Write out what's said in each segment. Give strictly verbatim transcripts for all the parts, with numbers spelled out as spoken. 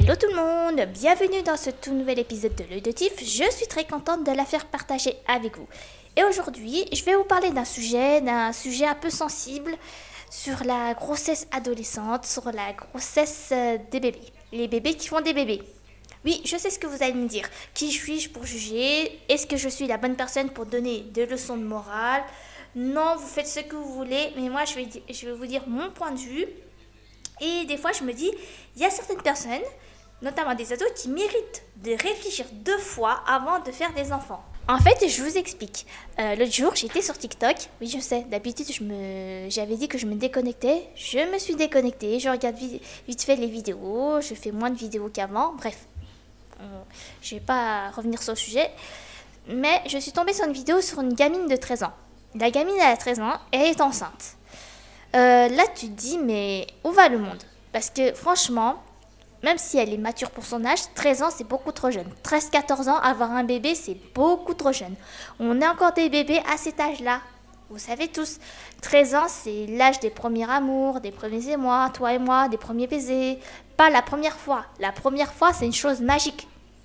Hello tout le monde, bienvenue dans ce tout nouvel épisode de L'œil de Tif. Je suis très contente de la faire partager avec vous. Et aujourd'hui, je vais vous parler d'un sujet, d'un sujet un peu sensible sur la grossesse adolescente, sur la grossesse des bébés. Les bébés qui font des bébés. Oui, je sais ce que vous allez me dire. Qui suis-je pour juger? Est-ce que je suis la bonne personne pour donner des leçons de morale? Non, vous faites ce que vous voulez, mais moi je vais, je vais vous dire mon point de vue. Et des fois, je me dis, il y a certaines personnes, notamment des ados, qui méritent de réfléchir deux fois avant de faire des enfants. En fait, je vous explique. Euh, l'autre jour, j'étais sur TikTok. Oui, je sais, d'habitude, je me... j'avais dit que je me déconnectais. Je me suis déconnectée. Je regarde vi- vite fait les vidéos. Je fais moins de vidéos qu'avant. Bref, euh, je ne vais pas revenir sur le sujet. Mais je suis tombée sur une vidéo sur une gamine de treize ans. La gamine, elle a treize ans et elle est enceinte. Euh, là, tu te dis, mais où va le monde? Parce que franchement, même si elle est mature pour son âge, treize ans, c'est beaucoup trop jeune. treize quatorze ans, avoir un bébé, c'est beaucoup trop jeune. On est encore des bébés à cet âge-là. Vous savez tous, treize ans, c'est l'âge des premiers amours, des premiers émois, toi et moi, des premiers baisers. Pas la première fois. La première fois, c'est une chose magique.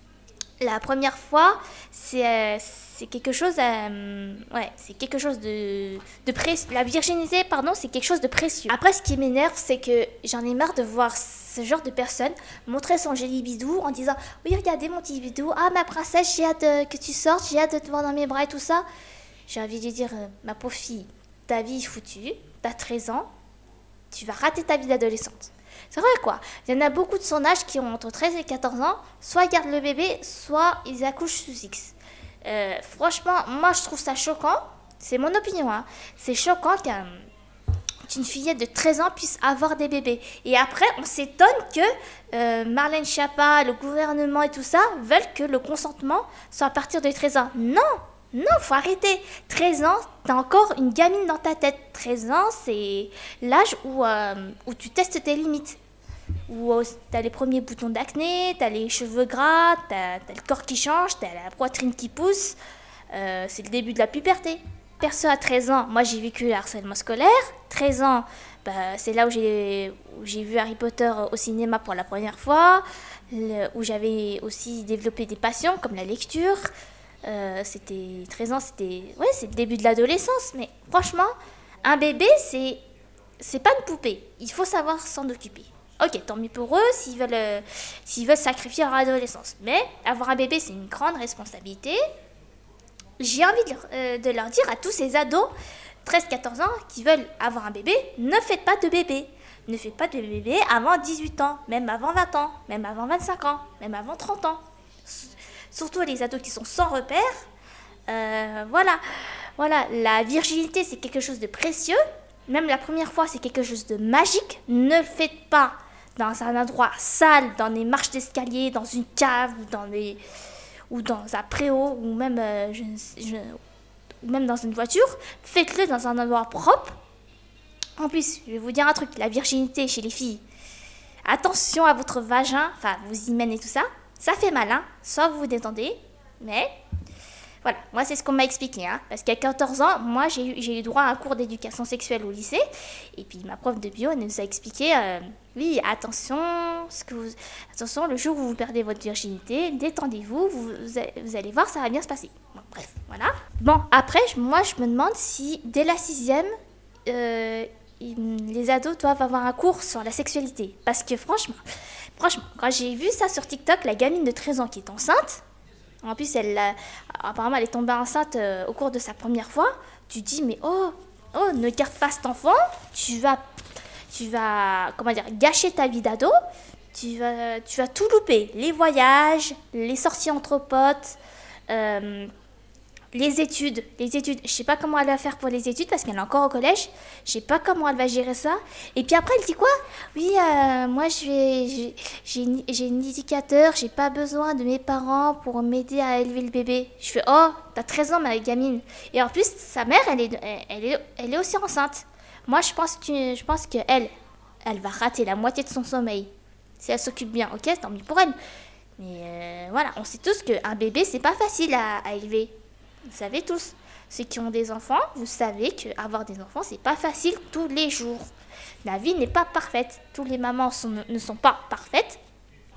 La première fois, c'est... Euh, c'est quelque chose, euh, ouais, c'est quelque chose de, de précieux. La virginité, pardon, c'est quelque chose de précieux. Après, ce qui m'énerve, c'est que j'en ai marre de voir ce genre de personnes montrer son joli bidou en disant « Oui, regardez mon petit bidou, ah ma princesse, j'ai hâte euh, que tu sortes, j'ai hâte de te voir dans mes bras et tout ça. » J'ai envie de dire euh, « Ma pauvre fille, ta vie est foutue, t'as treize ans, tu vas rater ta vie d'adolescente. » C'est vrai quoi, il y en a beaucoup de son âge qui ont entre treize et quatorze ans, soit ils gardent le bébé, soit ils accouchent sous X. Euh, franchement, moi je trouve ça choquant, c'est mon opinion, hein. C'est choquant qu'un, qu'une fillette de treize ans puisse avoir des bébés. Et après, on s'étonne que euh, Marlène Schiappa, le gouvernement et tout ça veulent que le consentement soit à partir de treize ans. Non, non, faut arrêter. treize ans, t'as encore une gamine dans ta tête. treize ans, c'est l'âge où, euh, où tu testes tes limites. Où t'as les premiers boutons d'acné, t'as les cheveux gras, t'as, t'as le corps qui change, t'as la poitrine qui pousse. Euh, c'est le début de la puberté. Perso, à treize ans, moi j'ai vécu le harcèlement scolaire. treize ans, bah, c'est là où j'ai, où j'ai vu Harry Potter au cinéma pour la première fois, le, où j'avais aussi développé des passions comme la lecture. Euh, c'était treize ans, c'était, ouais, c'est le début de l'adolescence. Mais franchement, un bébé, c'est, c'est pas une poupée. Il faut savoir s'en occuper. Ok, tant mieux pour eux s'ils veulent, euh, s'ils veulent sacrifier leur adolescence. Mais avoir un bébé, c'est une grande responsabilité. J'ai envie de leur, euh, de leur dire à tous ces ados, treize quatorze ans, qui veulent avoir un bébé, ne faites pas de bébé. Ne faites pas de bébé avant dix-huit ans, même avant vingt ans, même avant vingt-cinq ans, même avant trente ans. S- surtout les ados qui sont sans repère. Euh, voilà. voilà, la virginité, c'est quelque chose de précieux. Même la première fois, c'est quelque chose de magique. Ne le faites pas dans un endroit sale, dans des marches d'escalier, dans une cave, ou dans, des, ou dans un préau, ou même, euh, je, je, ou même dans une voiture. Faites-le dans un endroit propre. En plus, je vais vous dire un truc, la virginité chez les filles. Attention à votre vagin, enfin vos hymens et tout ça. Ça fait mal, hein, soit vous vous détendez, mais... Voilà, moi c'est ce qu'on m'a expliqué, hein, parce qu'à quatorze ans, moi j'ai eu, j'ai eu droit à un cours d'éducation sexuelle au lycée, et puis ma prof de bio, elle nous a expliqué, euh, oui, attention, ce que vous, attention, le jour où vous perdez votre virginité, détendez-vous, vous, vous allez voir, ça va bien se passer. Bon, bref, voilà. Bon, après, moi je me demande si, dès la sixième, euh, les ados doivent avoir un cours sur la sexualité, parce que franchement, franchement, quand j'ai vu ça sur TikTok, la gamine de treize ans qui est enceinte, en plus, elle, euh, apparemment, elle est tombée enceinte euh, au cours de sa première fois. Tu dis, mais oh, oh, ne garde pas cet enfant. Tu vas, tu vas, comment dire, gâcher ta vie d'ado. Tu vas, tu vas tout louper. Les voyages, les sorties entre potes, euh, les études. Les études, je sais pas comment elle va faire pour les études parce qu'elle est encore au collège. Je sais pas comment elle va gérer ça. Et puis après, elle dit quoi? Oui, euh, moi, je vais, j'ai, j'ai, j'ai un éducateur, j'ai pas besoin de mes parents pour m'aider à élever le bébé. Je fais, oh, t'as treize ans, ma gamine. Et en plus, sa mère, elle est, elle est, elle est aussi enceinte. Moi, je pense que, je pense qu'elle, elle va rater la moitié de son sommeil. Si elle s'occupe bien, ok, tant mieux pour elle. Mais euh, voilà, on sait tous qu'un bébé, c'est pas facile à, à élever. Vous savez tous, ceux qui ont des enfants, vous savez qu'avoir des enfants, c'est pas facile tous les jours. La vie n'est pas parfaite. Toutes les mamans sont, ne sont pas parfaites.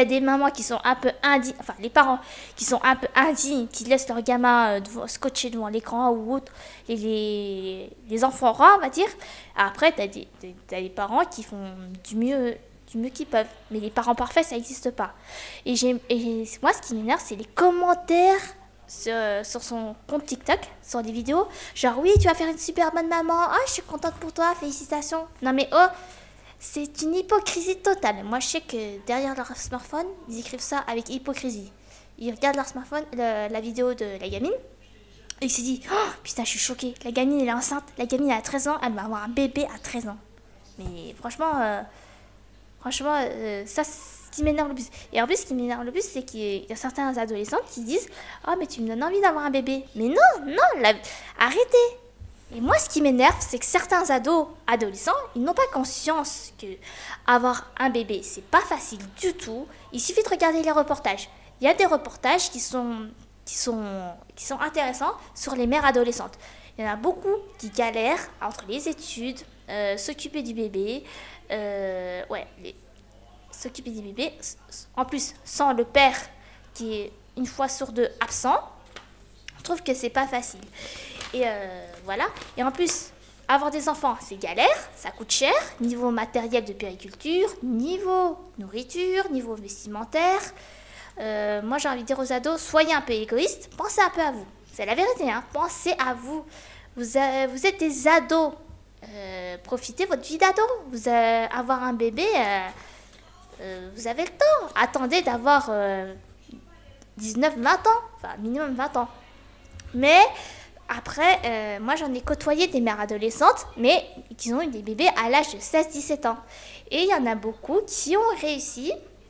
a des mamans qui sont un peu indignes, enfin les parents qui sont un peu indignes, qui laissent leur gamin euh, devant, scotché devant l'écran ou autre, et les, les enfants rois, on va dire. Après, tu as des, t'as des parents qui font du mieux, du mieux qu'ils peuvent. Mais les parents parfaits, ça n'existe pas. Et, j'ai, et moi, ce qui m'énerve, c'est les commentaires sur, sur son compte TikTok, sur des vidéos. Genre, oui, tu vas faire une super bonne maman. Ah, je suis contente pour toi, félicitations. Non mais oh, c'est une hypocrisie totale. Moi, je sais que derrière leur smartphone, ils écrivent ça avec hypocrisie. Ils regardent leur smartphone, le- la vidéo de la gamine, et ils se disent oh, putain, je suis choquée. La gamine, elle est enceinte. La gamine, elle a treize ans. Elle va avoir un bébé à treize ans. Mais franchement, euh, franchement euh, ça, c'est ce qui m'énerve le plus. Et en plus, ce qui m'énerve le plus, c'est qu'il y a certains adolescents qui disent oh, mais tu me donnes envie d'avoir un bébé. Mais non, non, la- arrêtez. Et moi, ce qui m'énerve, c'est que certains ados, adolescents, ils n'ont pas conscience que avoir un bébé, c'est pas facile du tout. Il suffit de regarder les reportages. Il y a des reportages qui sont, qui sont, qui sont intéressants sur les mères adolescentes. Il y en a beaucoup qui galèrent entre les études, euh, s'occuper du bébé, euh, ouais, les- s'occuper du bébé. En plus, sans le père qui est une fois sur deux absent, je trouve que c'est pas facile. Et euh, voilà. Et en plus, avoir des enfants, c'est galère, ça coûte cher, niveau matériel de périculture, niveau nourriture, niveau vestimentaire. Euh, moi, j'ai envie de dire aux ados, soyez un peu égoïstes, pensez un peu à vous. C'est la vérité, hein. Pensez à vous. Vous, euh, vous êtes des ados. Euh, profitez de votre vie d'ado. Vous euh, avoir un bébé, euh, euh, vous avez le temps. Attendez d'avoir euh, dix-neuf vingt ans, enfin minimum vingt ans. Mais après, euh, moi j'en ai côtoyé des mères adolescentes, mais qui ont eu des bébés à l'âge de seize dix-sept ans. Et il y en a beaucoup qui ont réussi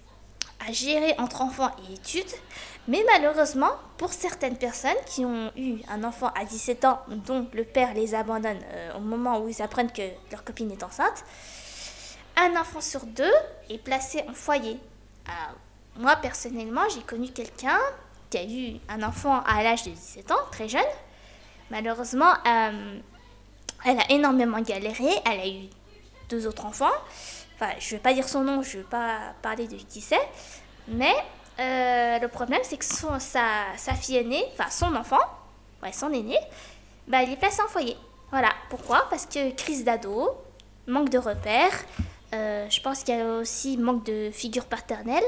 à gérer entre enfants et études. Mais malheureusement, pour certaines personnes qui ont eu un enfant à dix-sept ans, dont le père les abandonne euh, au moment où ils apprennent que leur copine est enceinte, un enfant sur deux est placé en foyer. Alors, moi personnellement, j'ai connu quelqu'un qui a eu un enfant à l'âge de dix-sept ans, très jeune. Malheureusement, euh, elle a énormément galéré. Elle a eu deux autres enfants. Enfin, je ne vais pas dire son nom, je ne vais pas parler de qui c'est. Mais euh, le problème, c'est que son, sa, sa fille aînée, enfin son enfant, ouais, son aîné, bah, il est placé en foyer. Voilà. Pourquoi? Parce que crise d'ado, manque de repères. Euh, je pense qu'il y a aussi manque de figure paternelle.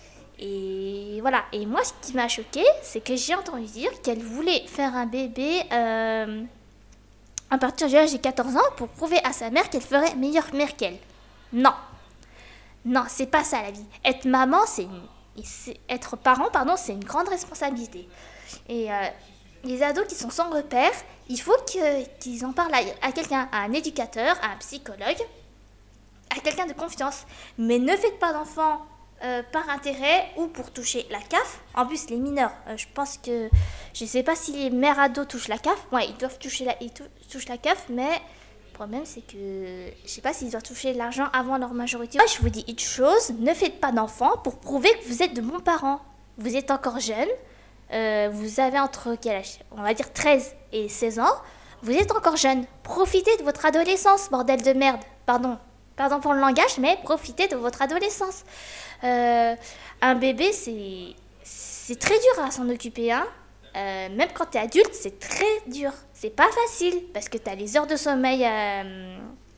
Et voilà. Et moi, ce qui m'a choquée, c'est que j'ai entendu dire qu'elle voulait faire un bébé euh, à partir de l'âge de quatorze ans pour prouver à sa mère qu'elle ferait meilleure mère qu'elle. Non. Non, c'est pas ça la vie. Être maman, c'est une... c'est- être parent, pardon, c'est une grande responsabilité. Et euh, les ados qui sont sans repère, il faut que, qu'ils en parlent à, à quelqu'un, à un éducateur, à un psychologue, à quelqu'un de confiance. Mais ne faites pas d'enfants euh, par intérêt ou pour toucher la C A F. En plus, les mineurs, euh, je pense que... Je ne sais pas si les mères ados touchent la C A F. Ouais, ils doivent toucher la, ils tou- touchent la C A F, mais le problème, c'est que... Je ne sais pas s'ils doivent toucher l'argent avant leur majorité. Moi, je vous dis une chose, ne faites pas d'enfants pour prouver que vous êtes de bons parents. Vous êtes encore jeune, euh, vous avez entre, quel âge, on va dire treize et seize ans. Vous êtes encore jeune. Profitez de votre adolescence, bordel de merde. Pardon. Pardon pour le langage, mais profitez de votre adolescence. Euh, un bébé, c'est, c'est très dur à s'en occuper. Hein. Euh, même quand tu es adulte, c'est très dur. C'est pas facile parce que tu as les heures de sommeil euh,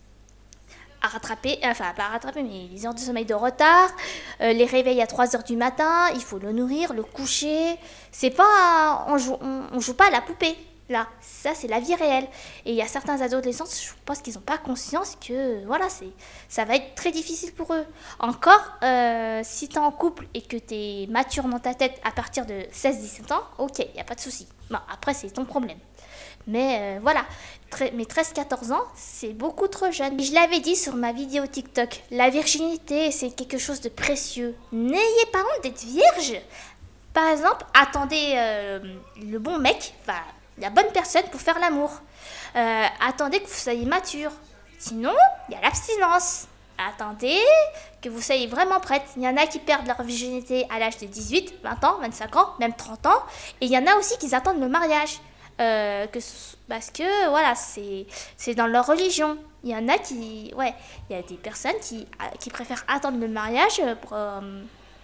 à rattraper. Enfin, pas à rattraper, mais les heures de sommeil de retard. Euh, les réveils à trois heures du matin. Il faut le nourrir, le coucher. C'est pas. On joue, on, on joue pas à la poupée. Là, ça c'est la vie réelle. Et il y a certains adolescents, je pense qu'ils n'ont pas conscience que voilà, c'est, ça va être très difficile pour eux. Encore, euh, si tu es en couple et que tu es mature dans ta tête à partir de seize dix-sept ans, ok, il n'y a pas de souci. Bon, après, c'est ton problème. Mais euh, voilà, Tre- mes treize quatorze ans, c'est beaucoup trop jeune. Je l'avais dit sur ma vidéo TikTok, la virginité, c'est quelque chose de précieux. N'ayez pas honte d'être vierge. Par exemple, attendez euh, le bon mec, enfin, la bonne personne pour faire l'amour. Euh, attendez que vous soyez mature. Sinon, il y a l'abstinence. Attendez que vous soyez vraiment prête. Il y en a qui perdent leur virginité à l'âge de dix-huit, vingt ans, vingt-cinq ans, même trente ans. Et il y en a aussi qui attendent le mariage. Euh, que ce- parce que, voilà, c'est, c'est dans leur religion. Il y en a qui... Ouais, il y a des personnes qui, qui préfèrent attendre le mariage pour... euh,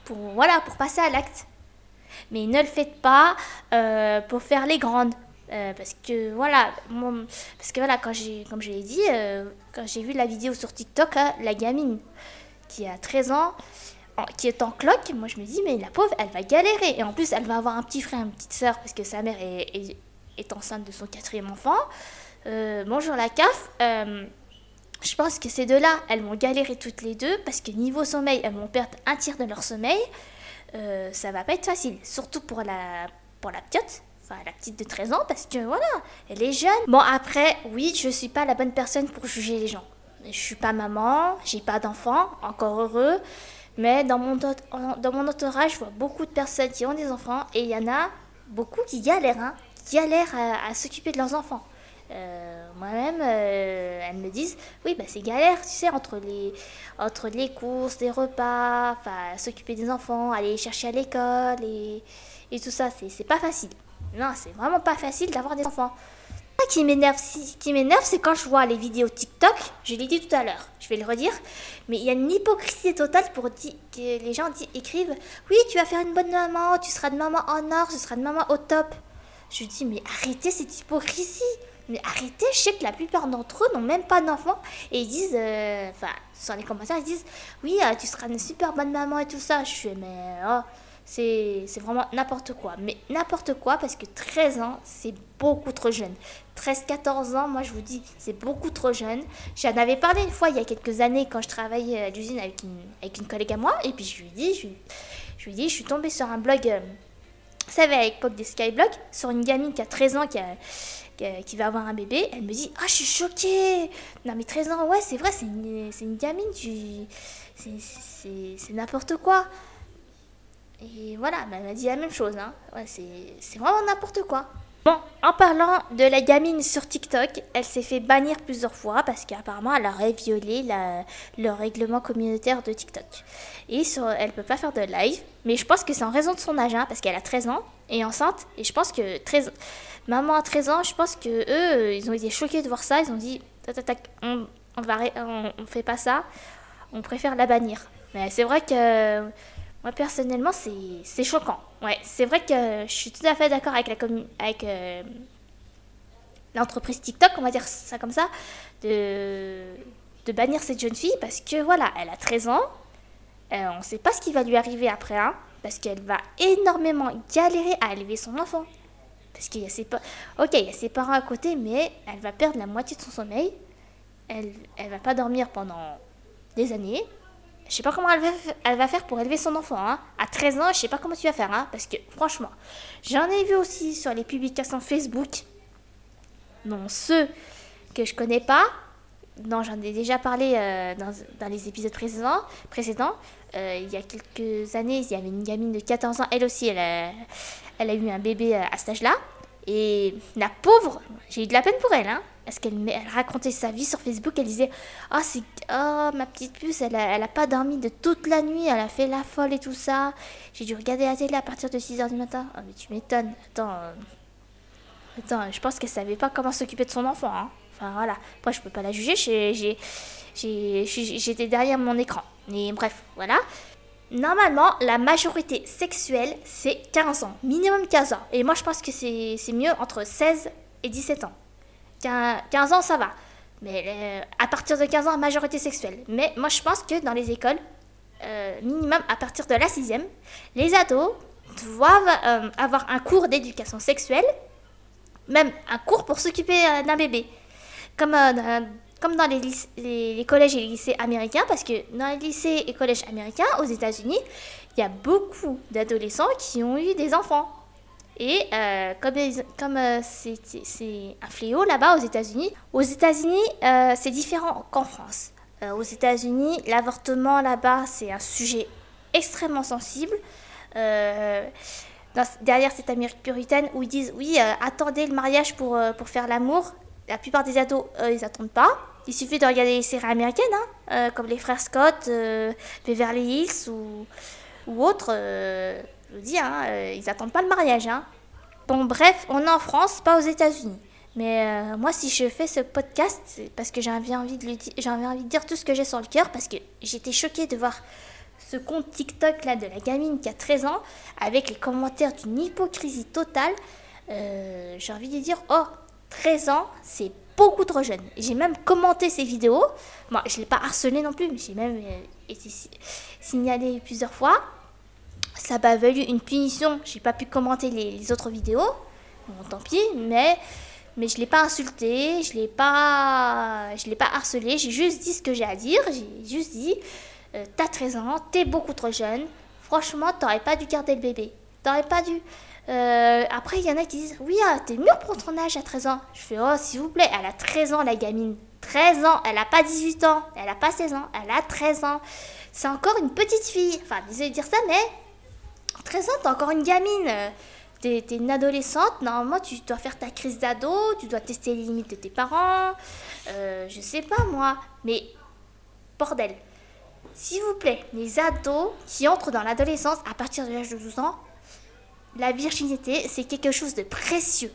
pour, voilà, pour passer à l'acte. Mais ne le faites pas euh, pour faire les grandes. Euh, parce que voilà, mon, parce que voilà, quand j'ai, comme je l'ai dit, euh, quand j'ai vu la vidéo sur TikTok, hein, la gamine qui a treize ans, en, qui est en cloque, moi je me dis, mais la pauvre, elle va galérer. Et en plus, elle va avoir un petit frère, une petite soeur, parce que sa mère est, est, est enceinte de son quatrième enfant. Euh, bonjour la C A F. Euh, je pense que ces deux-là, elles vont galérer toutes les deux, parce que niveau sommeil, elles vont perdre un tiers de leur sommeil. Euh, ça va pas être facile, surtout pour la, pour la petite. Enfin, la petite de treize ans, parce que voilà, elle est jeune. Bon, après, oui, je suis pas la bonne personne pour juger les gens. Je suis pas maman, j'ai pas d'enfant, encore heureux. Mais dans mon, dans mon entourage, je vois beaucoup de personnes qui ont des enfants. Et il y en a beaucoup qui galèrent, hein, qui galèrent à, à s'occuper de leurs enfants. Euh, moi-même, euh, elles me disent, oui, bah, c'est galère, tu sais, entre les, entre les courses, les repas, enfin, s'occuper des enfants, aller les chercher à l'école et, et tout ça, c'est, c'est pas facile. Non, c'est vraiment pas facile d'avoir des enfants. Ce qui m'énerve, ce qui m'énerve, c'est quand je vois les vidéos TikTok, je l'ai dit tout à l'heure, je vais le redire, mais il y a une hypocrisie totale pour dire que les gens disent, écrivent, oui, tu vas faire une bonne maman, tu seras de maman en or, tu seras de maman au top. Je dis, mais arrêtez cette hypocrisie. Mais arrêtez, je sais que la plupart d'entre eux n'ont même pas d'enfants et ils disent, euh, enfin, sur les commentaires, ils disent, oui, euh, tu seras une super bonne maman et tout ça. Je fais, mais oh, c'est, c'est vraiment n'importe quoi. Mais n'importe quoi parce que treize ans, c'est beaucoup trop jeune. treize quatorze ans, moi je vous dis, c'est beaucoup trop jeune. J'en avais parlé une fois il y a quelques années quand je travaillais à l'usine avec une, avec une collègue à moi et puis je lui dis, je, je lui dis, je suis tombée sur un blog, euh, vous savez, à l'époque des Skyblogs, sur une gamine qui a treize ans qui a. qui va avoir un bébé, elle me dit « Ah, je suis choquée !» Non, mais treize ans, ouais, c'est vrai, c'est une, c'est une gamine, tu... c'est, c'est, c'est n'importe quoi. Et voilà, elle m'a dit la même chose, hein. Ouais, c'est, c'est vraiment n'importe quoi. Bon, en parlant de la gamine sur TikTok, elle s'est fait bannir plusieurs fois parce qu'apparemment, elle aurait violé la, le règlement communautaire de TikTok. Et sur, elle ne peut pas faire de live, mais je pense que c'est en raison de son âge, hein, parce qu'elle a treize ans, et enceinte, et je pense que treize maman à treize ans, je pense que eux, ils ont été choqués de voir ça. Ils ont dit, tac, tac, tac, on, on va, on, on fait pas ça. On préfère la bannir. Mais c'est vrai que moi personnellement, c'est, c'est choquant. Ouais, c'est vrai que je suis tout à fait d'accord avec la commun- avec euh, l'entreprise TikTok, on va dire ça comme ça, de de bannir cette jeune fille parce que voilà, elle a treize ans. Euh, on ne sait pas ce qui va lui arriver après, hein, parce qu'elle va énormément galérer à élever son enfant. Parce qu'il y a ses pa- ok, il y a ses parents à côté, mais elle va perdre la moitié de son sommeil. Elle, elle va pas dormir pendant des années. Je sais pas comment elle va, elle va faire pour élever son enfant. Hein. À treize ans, je sais pas comment tu vas faire. Hein, parce que franchement, j'en ai vu aussi sur les publications Facebook. Non, ceux que je connais pas. Non, j'en ai déjà parlé euh, dans, dans les épisodes précédents. précédents. Euh, il y a quelques années, il y avait une gamine de quatorze ans. Elle aussi, elle a, elle a eu un bébé à cet âge-là. Et la pauvre, j'ai eu de la peine pour elle. Hein, parce qu'elle elle racontait sa vie sur Facebook. Elle disait « Ah, oh, c'est, oh, ma petite puce, elle a, elle a pas dormi de toute la nuit. Elle a fait la folle et tout ça. J'ai dû regarder la télé à partir de six heures du matin. Ah, » Oh, mais tu m'étonnes. Attends, euh, attends, je pense qu'elle savait pas comment s'occuper de son enfant. Hein. Enfin, voilà. Après, je peux pas la juger. J'ai, j'ai, j'ai, j'étais derrière mon écran. Mais bref, voilà. Normalement, la majorité sexuelle, c'est quinze ans. Minimum quinze ans. Et moi, je pense que c'est, c'est mieux entre seize et dix-sept ans. quinze ans, ça va. Mais euh, à partir de quinze ans, majorité sexuelle. Mais moi, je pense que dans les écoles, euh, minimum à partir de la sixième, les ados doivent euh, avoir un cours d'éducation sexuelle, même un cours pour s'occuper euh, d'un bébé. Comme, euh, comme dans les, lycées, les, les collèges et les lycées américains, parce que dans les lycées et collèges américains, aux États-Unis, il y a beaucoup d'adolescents qui ont eu des enfants. Et euh, comme, les, comme euh, c'est, c'est un fléau là-bas aux États-Unis, aux États-Unis, euh, c'est différent qu'en France. Euh, aux États-Unis, l'avortement là-bas, c'est un sujet extrêmement sensible. Euh, dans, derrière cette Amérique puritaine où ils disent oui, euh, attendez le mariage pour, euh, pour faire l'amour. La plupart des ados, euh, ils n'attendent pas. Il suffit de regarder les séries américaines, hein, euh, comme les frères Scott, euh, Beverly Hills ou, ou autres. Euh, je vous dis, hein, euh, ils n'attendent pas le mariage. Hein. Bon, bref, on est en France, pas aux États-Unis. Mais euh, moi, si je fais ce podcast, c'est parce que j'ai envie, envie de lui di- j'ai envie de dire tout ce que j'ai sur le cœur, parce que j'étais choquée de voir ce compte TikTok là de la gamine qui a treize ans, avec les commentaires d'une hypocrisie totale, euh, j'ai envie de dire, oh, treize ans, c'est beaucoup trop jeune. J'ai même commenté ces vidéos. Moi, je ne l'ai pas harcelé non plus, mais j'ai même euh, été si- signalé plusieurs fois. Ça m'a valu une punition. J'ai pas pu commenter les, les autres vidéos. Bon, tant pis, mais, mais je ne l'ai pas insulté, je ne l'ai pas, je l'ai pas harcelé. J'ai juste dit ce que j'ai à dire. J'ai juste dit, euh, t'as treize ans, t'es beaucoup trop jeune. Franchement, t'aurais pas dû garder le bébé. T'aurais pas dû. Euh, après, il y en a qui disent, oui, ah, t'es mûr pour ton âge à treize ans. Je fais, oh, s'il vous plaît, elle a treize ans, la gamine. treize ans, elle a pas dix-huit ans, elle a pas seize ans, elle a treize ans. C'est encore une petite fille. Enfin, désolé de dire ça, mais treize ans, t'es encore une gamine. Euh, T'es, t'es une adolescente, normalement, tu dois faire ta crise d'ado, tu dois tester les limites de tes parents. Euh, je sais pas, moi. Mais, bordel. S'il vous plaît, les ados qui entrent dans l'adolescence à partir de l'âge de douze ans, la virginité, c'est quelque chose de précieux.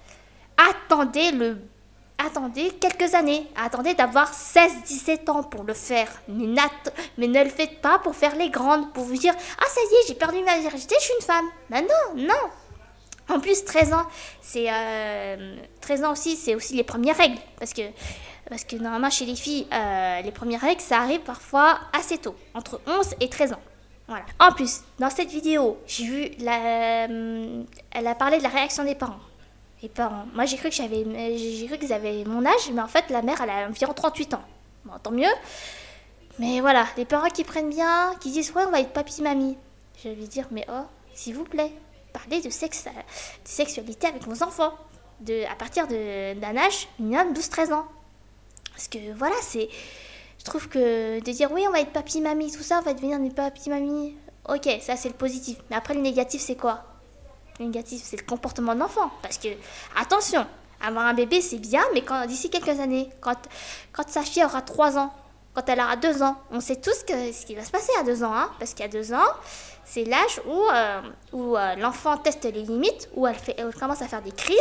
Attendez le, attendez quelques années. Attendez d'avoir seize dix-sept ans pour le faire. Mais, n'att- mais ne le faites pas pour faire les grandes, pour vous dire « Ah, ça y est, j'ai perdu ma virginité, je suis une femme. » Ben non, non. En plus, treize ans, c'est euh, treize ans aussi, c'est aussi les premières règles. Parce que, parce que normalement, chez les filles, euh, les premières règles, ça arrive parfois assez tôt, entre onze et treize ans. Voilà. En plus, dans cette vidéo, j'ai vu, la, euh, elle a parlé de la réaction des parents. Les parents, moi j'ai cru que j'avais, j'ai cru qu'ils avaient mon âge, mais en fait, la mère, elle a environ trente-huit ans. Bon, tant mieux. Mais voilà, les parents qui prennent bien, qui disent, ouais, on va être papy-mamie. Je vais lui dire, mais oh, s'il vous plaît, parlez de sexe, de sexualité avec vos enfants, de, à partir de, d'un âge minimum douze treize ans. Parce que voilà, c'est, je trouve que de dire oui, on va être papy-mamie, tout ça, on va devenir des papy-mamie, ok, ça c'est le positif. Mais après, le négatif, c'est quoi? Le négatif, c'est le comportement de l'enfant. Parce que, attention, avoir un bébé, c'est bien, mais quand, d'ici quelques années, quand, quand sa fille aura trois ans, quand elle aura deux ans, on sait tous que, ce qui va se passer à deux ans, hein, parce qu'à deux ans, c'est l'âge où, euh, où euh, l'enfant teste les limites, où elle, fait, elle commence à faire des crises,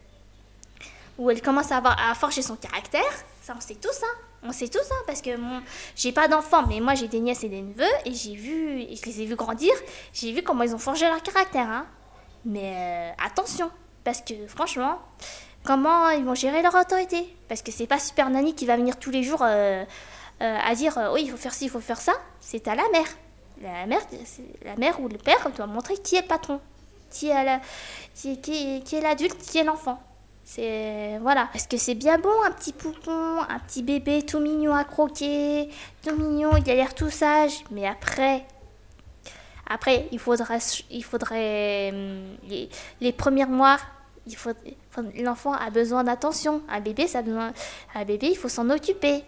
où elle commence à, avoir, à forger son caractère. Ça, on sait tous, hein. On sait tous, hein, parce que mon, j'ai pas d'enfants, mais moi j'ai des nièces et des neveux, et j'ai vu, et je les ai vus grandir, j'ai vu comment ils ont forgé leur caractère, hein. Mais euh, attention, parce que franchement, comment ils vont gérer leur autorité? Parce que c'est pas Super Nanny qui va venir tous les jours euh, euh, à dire euh, oui, il faut faire ci, il faut faire ça. C'est à la mère. La mère, c'est la mère ou le père doit montrer qui est le patron, qui est, la, qui, qui, qui est l'adulte, qui est l'enfant. C'est voilà, parce que c'est bien bon un petit poupon, un petit bébé tout mignon à croquer, tout mignon, il a l'air tout sage, mais après, après il faudrait, il faudrait les, les premiers mois, il faut, l'enfant a besoin d'attention. Un bébé, ça besoin, un bébé, il faut s'en occuper.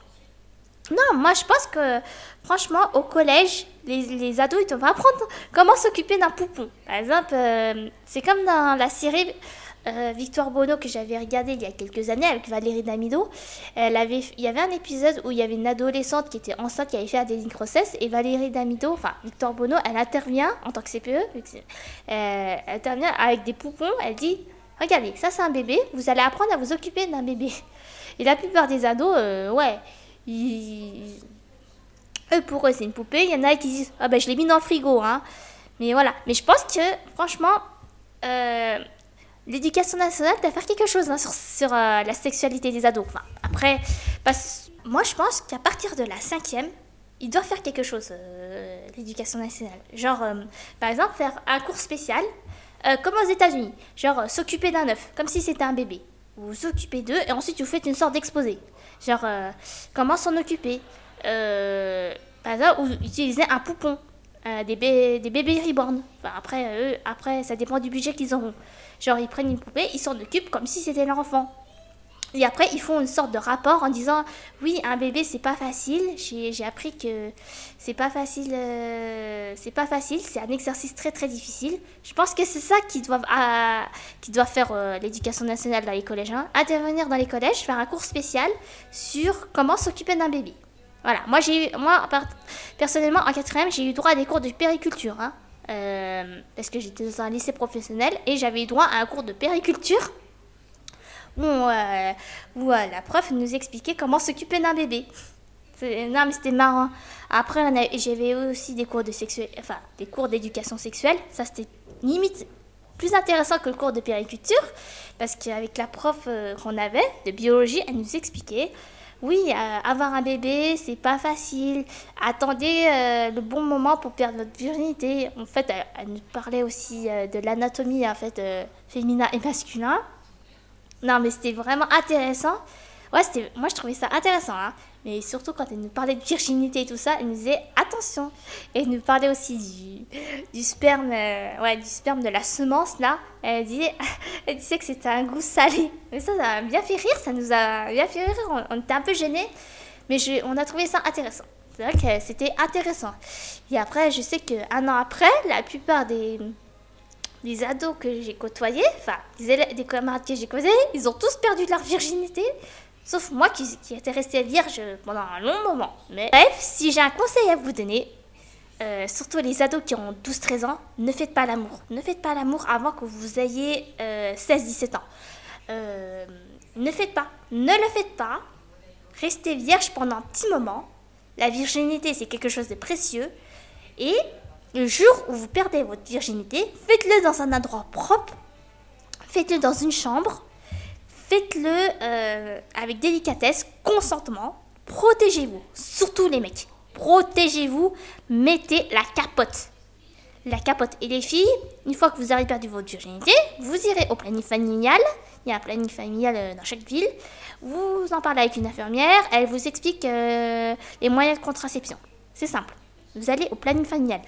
Non, moi je pense que franchement au collège, les, les ados ils doivent apprendre comment s'occuper d'un poupon. Par exemple, euh, c'est comme dans la série euh, Victoire Bono que j'avais regardée il y a quelques années avec Valérie Damido. Elle avait, il y avait un épisode où il y avait une adolescente qui était enceinte, qui avait fait des grossesse, et Valérie Damido, enfin Victoire Bono, elle intervient en tant que C P E, euh, elle intervient avec des poupons, elle dit regardez, ça c'est un bébé, vous allez apprendre à vous occuper d'un bébé. Et la plupart des ados, euh, ouais. Ils... Eux, pour eux, c'est une poupée. Il y en a qui disent ah ben je l'ai mis dans le frigo, hein. Mais voilà. Mais je pense que, franchement, euh, l'éducation nationale doit faire quelque chose hein, sur, sur euh, la sexualité des ados. Enfin, après, parce, moi, je pense qu'à partir de la cinquième, il doit faire quelque chose, euh, l'éducation nationale. Genre, euh, par exemple, faire un cours spécial, euh, comme aux États-Unis. Genre, euh, s'occuper d'un œuf, comme si c'était un bébé. Vous vous occupez d'eux et ensuite vous faites une sorte d'exposé. Genre, euh, comment s'en occuper euh, par exemple, ou utiliser un poupon, euh, des, bé- des bébés reborn. Enfin, après, eux, après, ça dépend du budget qu'ils auront. Genre, ils prennent une poupée, ils s'en occupent comme si c'était leur enfant. Et après, ils font une sorte de rapport en disant oui, un bébé, c'est pas facile. J'ai, j'ai appris que c'est pas facile. Euh, c'est pas facile. C'est un exercice très très difficile. Je pense que c'est ça qu'ils doivent, euh, qu'ils doivent faire euh, l'éducation nationale dans les collèges. Hein. Intervenir dans les collèges, faire un cours spécial sur comment s'occuper d'un bébé. Voilà. Moi, j'ai eu, moi, personnellement, en quatrième, j'ai eu droit à des cours de périculture. Hein, euh, parce que j'étais dans un lycée professionnel et j'avais eu droit à un cours de périculture. Où, euh, où euh, la prof nous expliquait comment s'occuper d'un bébé. C'est- Non, mais c'était marrant. Après, on a- j'avais aussi des cours de sexuel, enfin, des cours d'éducation sexuelle. Ça, c'était limite plus intéressant que le cours de périculture, parce qu'avec la prof euh, qu'on avait de biologie, elle nous expliquait, oui, euh, avoir un bébé, c'est pas facile. Attendez euh, le bon moment pour perdre votre virginité. En fait, elle, elle nous parlait aussi euh, de l'anatomie en fait euh, féminin et masculin. Non, mais c'était vraiment intéressant. Ouais, c'était, moi je trouvais ça intéressant, hein. Mais surtout quand elle nous parlait de virginité et tout ça, elle nous disait attention. Et elle nous parlait aussi du, du sperme, euh, ouais, du sperme de la semence là. Elle disait, elle disait que c'était un goût salé. Mais ça, ça a bien fait rire, ça nous a bien fait rire. On, on était un peu gênés, mais je, on a trouvé ça intéressant. C'est vrai que c'était intéressant. Et après, je sais qu'un an après, la plupart des les ados que j'ai côtoyés, enfin, des, élèves, des camarades que j'ai côtoyés, ils ont tous perdu leur virginité, sauf moi qui, qui étais restée vierge pendant un long moment. Mais bref, si j'ai un conseil à vous donner, euh, surtout les ados qui ont douze treize ans, ne faites pas l'amour. Ne faites pas l'amour avant que vous ayez euh, seize dix-sept ans. Euh, ne faites pas. Ne le faites pas. Restez vierge pendant un petit moment. La virginité, c'est quelque chose de précieux. Et le jour où vous perdez votre virginité, faites-le dans un endroit propre, faites-le dans une chambre, faites-le euh, avec délicatesse, consentement, protégez-vous, surtout les mecs, protégez-vous, mettez la capote. La capote. Et les filles, une fois que vous avez perdu votre virginité, vous irez au planning familial, il y a un planning familial euh, dans chaque ville, vous en parlez avec une infirmière, elle vous explique euh, les moyens de contraception. C'est simple, vous allez au planning familial.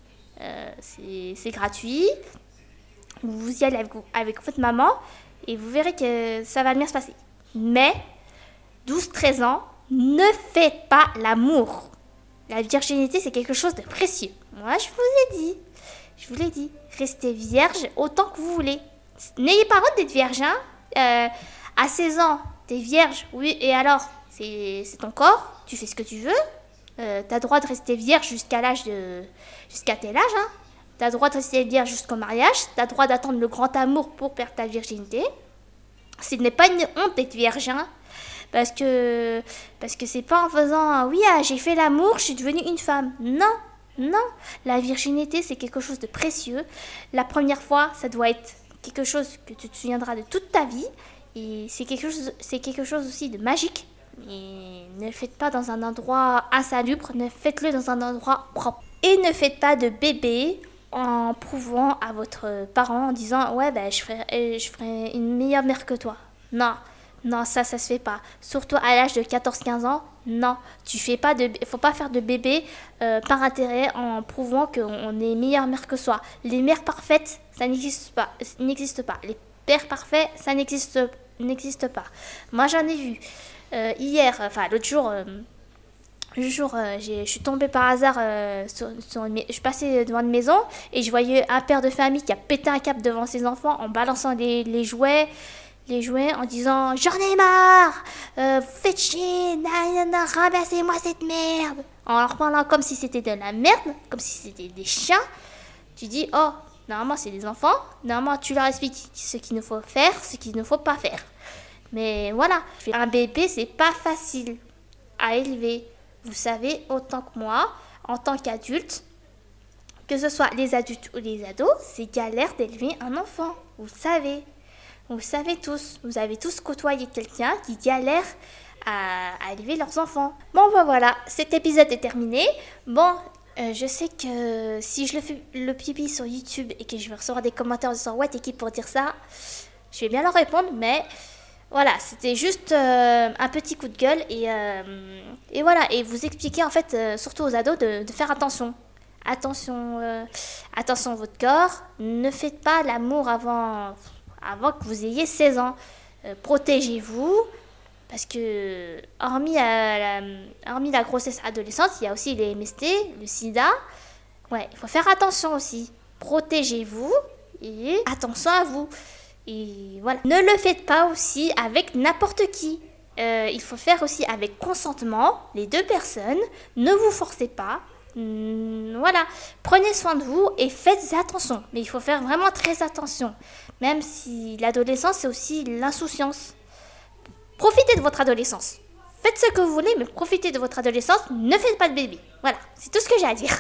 Euh, c'est, c'est gratuit. Vous y allez avec, avec votre maman et vous verrez que ça va bien se passer. Mais douze treize ans, ne faites pas l'amour. La virginité, c'est quelque chose de précieux. Moi, je vous ai dit. Je vous l'ai dit. Restez vierge autant que vous voulez. N'ayez pas honte d'être vierge. Hein. Euh, à seize ans, t'es vierge. Oui, et alors c'est, c'est ton corps. Tu fais ce que tu veux. Euh, t'as droit de rester vierge jusqu'à l'âge de... jusqu'à tel âge, hein. T'as droit de rester vierge jusqu'au mariage. T'as droit d'attendre le grand amour pour perdre ta virginité. Ce n'est pas une honte d'être vierge, hein. Parce que... Parce que c'est pas en faisant... Oui, ah, j'ai fait l'amour, je suis devenue une femme. Non, non. La virginité, c'est quelque chose de précieux. La première fois, ça doit être quelque chose que tu te souviendras de toute ta vie. Et c'est quelque chose, c'est quelque chose aussi de magique. Et ne le faites pas dans un endroit insalubre, ne faites-le dans un endroit propre. Et ne faites pas de bébé en prouvant à votre parent en disant « Ouais, ben, je ferai, je ferai une meilleure mère que toi. » Non, non, ça, ça se fait pas. Surtout à l'âge de quatorze quinze ans, non. Tu fais pas de, faut pas faire de bébé euh, par intérêt en prouvant qu'on est meilleure mère que soi. Les mères parfaites, ça n'existe pas. n'existe pas. Les pères parfaits, ça n'existe, n'existe pas. Moi, j'en ai vu. Euh, hier, enfin l'autre jour, euh, le jour, euh, j'ai, je suis tombée par hasard, euh, sur, sur une, je passais devant une maison et je voyais un père de famille qui a pété un câble devant ses enfants en balançant les, les jouets, les jouets en disant j'en ai marre, euh, vous faites chier, nanana, ramassez-moi cette merde, en leur parlant comme si c'était de la merde, comme si c'était des chiens. Tu dis oh, normalement c'est des enfants, normalement tu leur expliques ce qu'il ne faut faire, ce qu'il ne faut pas faire. Mais voilà, un bébé, c'est pas facile à élever. Vous savez, autant que moi, en tant qu'adulte, que ce soit les adultes ou les ados, c'est galère d'élever un enfant. Vous le savez. Vous le savez tous. Vous avez tous côtoyé quelqu'un qui galère à, à élever leurs enfants. Bon, ben voilà, cet épisode est terminé. Bon, euh, je sais que si je le fais le pipi sur YouTube et que je vais recevoir des commentaires disant « Ouais, t'es qui pour dire ça ?» Je vais bien leur répondre, mais... Voilà, c'était juste euh, un petit coup de gueule et, euh, et voilà, et vous expliquer en fait, euh, surtout aux ados, de, de faire attention. Attention, euh, attention à votre corps, ne faites pas l'amour avant, avant que vous ayez seize ans. Euh, protégez-vous, parce que hormis, la, la, hormis la grossesse adolescente, il y a aussi les M S T, le sida. Ouais, il faut faire attention aussi. Protégez-vous et attention à vous. Et voilà. Ne le faites pas aussi avec n'importe qui. Euh, il faut faire aussi avec consentement, les deux personnes. Ne vous forcez pas. Hum, voilà. Prenez soin de vous et faites attention. Mais il faut faire vraiment très attention. Même si l'adolescence, c'est aussi l'insouciance. Profitez de votre adolescence. faites ce que vous voulez, mais profitez de votre adolescence, ne faites pas de bébé. Voilà, c'est tout ce que j'ai à dire.